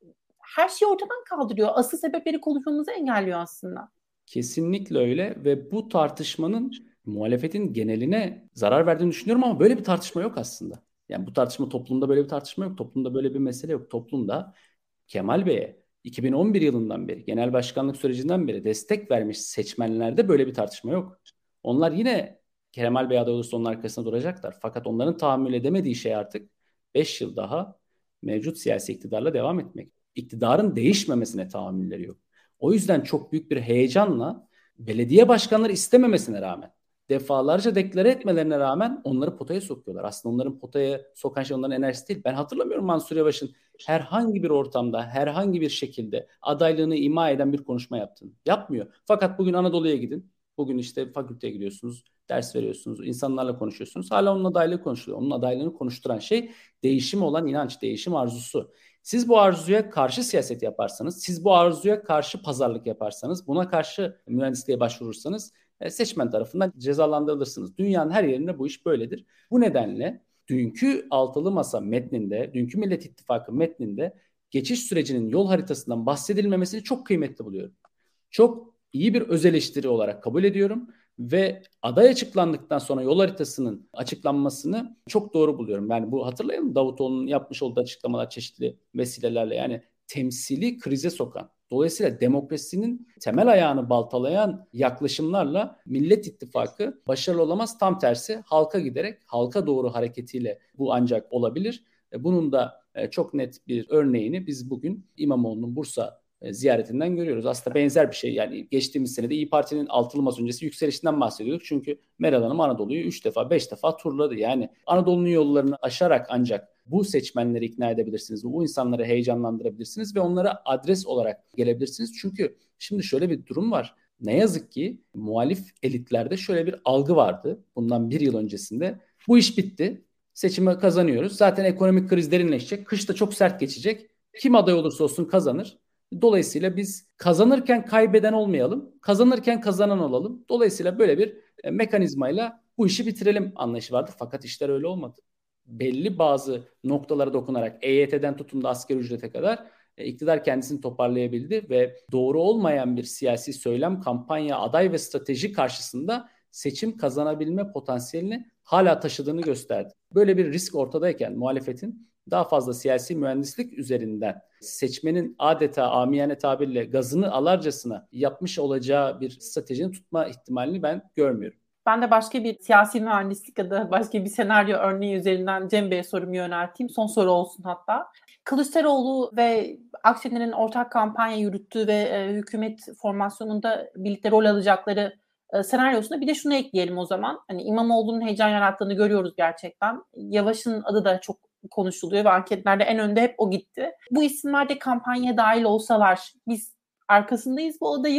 her şeyi ortadan kaldırıyor. Asıl sebepleri konuşmamızı engelliyor aslında. Kesinlikle öyle ve bu tartışmanın muhalefetin geneline zarar verdiğini düşünüyorum ama böyle bir tartışma yok aslında. Yani bu tartışma, toplumda böyle bir tartışma yok. Toplumda böyle bir mesele yok. Toplumda Kemal Bey'e 2011 yılından beri, genel başkanlık sürecinden beri destek vermiş seçmenlerde böyle bir tartışma yok. Onlar yine Kemal Bey aday olursa onun arkasında duracaklar. Fakat onların tahammül edemediği şey artık 5 yıl daha mevcut siyasi iktidarla devam etmek. İktidarın değişmemesine tahammülleri yok. O yüzden çok büyük bir heyecanla belediye başkanları istememesine rağmen, defalarca deklare etmelerine rağmen onları potaya sokuyorlar. Aslında onların potaya sokan şey onların enerjisi değil. Ben hatırlamıyorum Mansur Yavaş'ın herhangi bir ortamda, herhangi bir şekilde adaylığını ima eden bir konuşma yaptığını. Yapmıyor. Fakat bugün Anadolu'ya gidin. Bugün işte fakülteye gidiyorsunuz, ders veriyorsunuz, insanlarla konuşuyorsunuz. Hala onun adaylığı konuşuluyor. Onun adaylığını konuşturan şey değişim olan inanç, değişim arzusu. Siz bu arzuya karşı siyaset yaparsanız, siz bu arzuya karşı pazarlık yaparsanız, buna karşı mühendisliğe başvurursanız seçmen tarafından cezalandırılırsınız. Dünyanın her yerinde bu iş böyledir. Bu nedenle dünkü altılı masa metninde, dünkü Millet İttifakı metninde geçiş sürecinin yol haritasından bahsedilmemesini çok kıymetli buluyorum. Çok iyi bir öz eleştiri olarak kabul ediyorum ve aday açıklandıktan sonra yol haritasının açıklanmasını çok doğru buluyorum. Yani bu, hatırlayalım, Davutoğlu'nun yapmış olduğu açıklamalar çeşitli vesilelerle, yani temsili krize sokan, dolayısıyla demokrasinin temel ayağını baltalayan yaklaşımlarla Millet İttifakı başarılı olamaz. Tam tersi, halka giderek, halka doğru hareketiyle bu ancak olabilir. Bunun da çok net bir örneğini biz bugün İmamoğlu'nun Bursa ziyaretinden görüyoruz. Aslında benzer bir şey. Yani geçtiğimiz senede İYİ Parti'nin altılı masa öncesi yükselişinden bahsediyorduk. Çünkü Meral Hanım Anadolu'yu 3 defa 5 defa turladı. Yani Anadolu'nun yollarını aşarak ancak bu seçmenleri ikna edebilirsiniz. Bu insanları heyecanlandırabilirsiniz ve onlara adres olarak gelebilirsiniz. Çünkü şimdi şöyle bir durum var. Ne yazık ki muhalif elitlerde şöyle bir algı vardı. Bundan bir yıl öncesinde. Bu iş bitti. Seçimi kazanıyoruz. Zaten ekonomik kriz derinleşecek. Kış da çok sert geçecek. Kim aday olursa olsun kazanır. Dolayısıyla biz kazanırken kaybeden olmayalım, kazanırken kazanan olalım. Dolayısıyla böyle bir mekanizmayla bu işi bitirelim anlayışı vardı. Fakat işler öyle olmadı. Belli bazı noktalara dokunarak EYT'den tutun da asgari ücrete kadar iktidar kendisini toparlayabildi ve doğru olmayan bir siyasi söylem, kampanya, aday ve strateji karşısında seçim kazanabilme potansiyelini hala taşıdığını gösterdi. Böyle bir risk ortadayken muhalefetin daha fazla siyasi mühendislik üzerinden seçmenin adeta amiyane tabirle gazını alarcasına yapmış olacağı bir stratejinin tutma ihtimalini ben görmüyorum. Ben de başka bir siyasi mühendislik ya da başka bir senaryo örneği üzerinden Cem Bey'e sorumu yönelteyim. Son soru olsun hatta. Kılıçdaroğlu ve Akşener'in ortak kampanya yürüttüğü ve hükümet formasyonunda birlikte rol alacakları senaryosuna bir de şunu ekleyelim o zaman. Hani İmamoğlu'nun heyecan yarattığını görüyoruz gerçekten. Yavaş'ın adı da çok konuşuluyor ve anketlerde en önde hep o gitti. Bu isimler de kampanyaya dahil olsalar biz arkasındayız bu adayın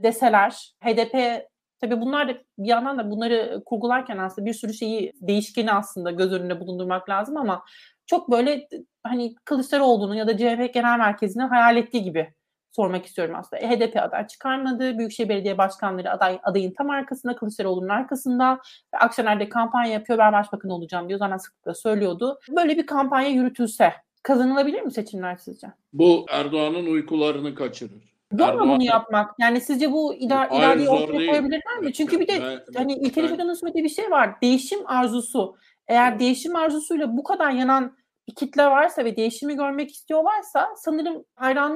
deseler, HDP tabii bunlar da bir yandan da bunları kurgularken aslında bir sürü değişkeni aslında göz önünde bulundurmak lazım ama çok böyle hani Kılıçdaroğlu'nun ya da CHP Genel Merkezi'nin hayal ettiği gibi sormak istiyorum aslında. HDP aday çıkarmadı. Büyükşehir Belediye Başkanları adayın tam arkasında, Kılıçdaroğlu'nun arkasında. Ve Akşener'de kampanya yapıyor. Ben başbakan olacağım diyor. Zaten sıklıkla söylüyordu. Böyle bir kampanya yürütülse kazanılabilir mi seçimler sizce? Bu Erdoğan'ın uykularını kaçırır. Zor mu bunu yapmak? Yani sizce bu iradeyi ortaya koyabilirler mi? Çünkü bir de hani İlker Hoca'nın söylediği bir şey var. Değişim arzusu. Eğer değişim arzusuyla bu kadar yanan bir kitle varsa ve değişimi görmek istiyorlarsa sanırım hayran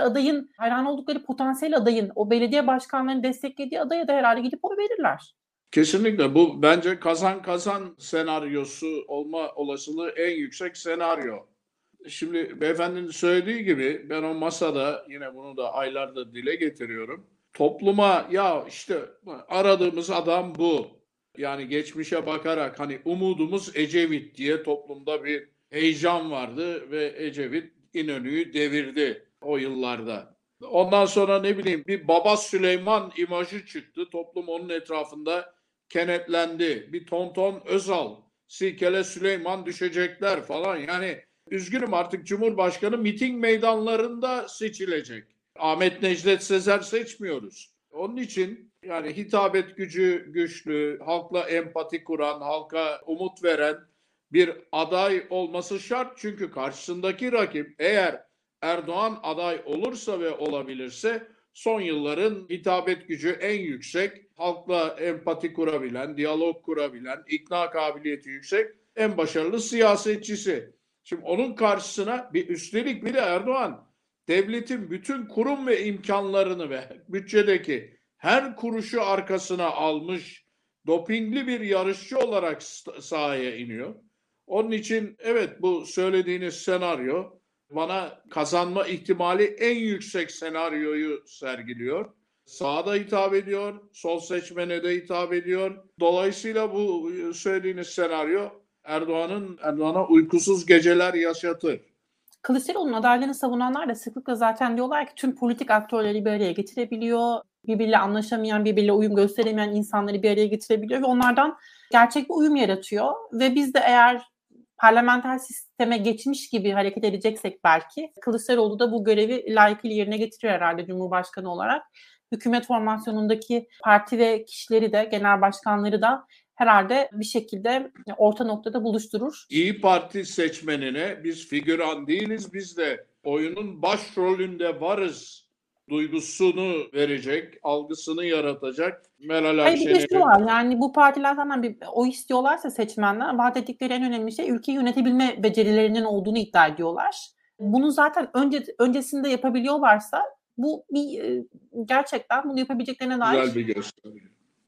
oldukları potansiyel adayın, o belediye başkanlarının desteklediği adaya da herhalde gidip oy verirler. Kesinlikle bu bence kazan senaryosu olma olasılığı en yüksek senaryo. Şimdi beyefendinin söylediği gibi ben o masada yine bunu da aylardır dile getiriyorum. Topluma ya işte aradığımız adam bu. Yani geçmişe bakarak hani umudumuz Ecevit diye toplumda bir heyecan vardı ve Ecevit İnönü'yü devirdi o yıllarda. Ondan sonra ne bileyim bir Baba Süleyman imajı çıktı. Toplum onun etrafında kenetlendi. Bir Tonton Özal, Silkele Süleyman düşecekler falan. Yani üzgünüm artık Cumhurbaşkanı miting meydanlarında seçilecek. Ahmet Necdet Sezer seçmiyoruz. Onun için yani hitabet gücü güçlü, halkla empati kuran, halka umut veren bir aday olması şart. Çünkü karşısındaki rakip eğer Erdoğan aday olursa ve olabilirse son yılların hitabet gücü en yüksek, halkla empati kurabilen, diyalog kurabilen, ikna kabiliyeti yüksek en başarılı siyasetçisi. Şimdi onun karşısına üstelik bir de Erdoğan devletin bütün kurum ve imkanlarını ve bütçedeki her kuruşu arkasına almış dopingli bir yarışçı olarak sahaya iniyor. Onun için evet bu söylediğiniz senaryo bana kazanma ihtimali en yüksek senaryoyu sergiliyor. Sağda hitap ediyor, sol seçmene de hitap ediyor. Dolayısıyla bu söylediğiniz senaryo Erdoğan'a uykusuz geceler yaşatır. Kılıçdaroğlu'nun adaylığını savunanlar da sıklıkla zaten diyorlar ki tüm politik aktörleri bir araya getirebiliyor. Birbiriyle anlaşamayan, birbiriyle uyum gösteremeyen insanları bir araya getirebiliyor ve onlardan gerçek bir uyum yaratıyor. Ve biz de eğer parlamenter sisteme geçmiş gibi hareket edeceksek belki Kılıçdaroğlu da bu görevi layıkıyla yerine getiriyor herhalde Cumhurbaşkanı olarak. Hükümet formasyonundaki parti ve kişileri de, genel başkanları da herhalde bir şekilde orta noktada buluşturur. İYİ Parti seçmenine biz figüran değiliz, biz de oyunun başrolünde varız duygusunu verecek, algısını yaratacak Meral Akşener'i. Hayır bir de şu var, yani bu partiler zaten bir oy istiyorlarsa seçmenler, vaat ettikleri en önemli şey ülkeyi yönetebilme becerilerinin olduğunu iddia ediyorlar. Bunu zaten öncesinde yapabiliyorlarsa bu gerçekten bunu yapabileceklerine dair güzel bir gösteri.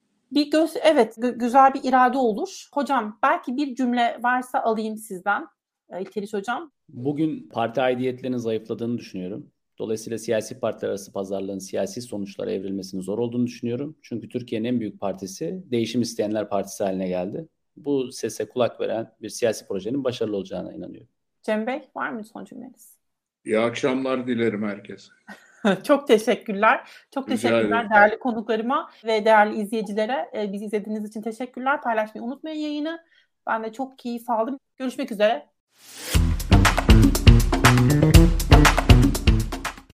Evet, güzel bir irade olur. Hocam belki bir cümle varsa alayım sizden. İlteriş Hocam. Bugün parti aidiyetlerinin zayıfladığını düşünüyorum. Dolayısıyla siyasi partiler arası pazarlığın siyasi sonuçlara evrilmesinin zor olduğunu düşünüyorum. Çünkü Türkiye'nin en büyük partisi Değişim İsteyenler Partisi haline geldi. Bu sese kulak veren bir siyasi projenin başarılı olacağına inanıyorum. Cem Bey, var mı son cümleniz? İyi akşamlar dilerim herkese. Çok teşekkürler. Çok teşekkürler değerli konuklarıma ve değerli izleyicilere. Bizi izlediğiniz için teşekkürler. Paylaşmayı unutmayın yayını. Ben de çok keyif aldım. Görüşmek üzere.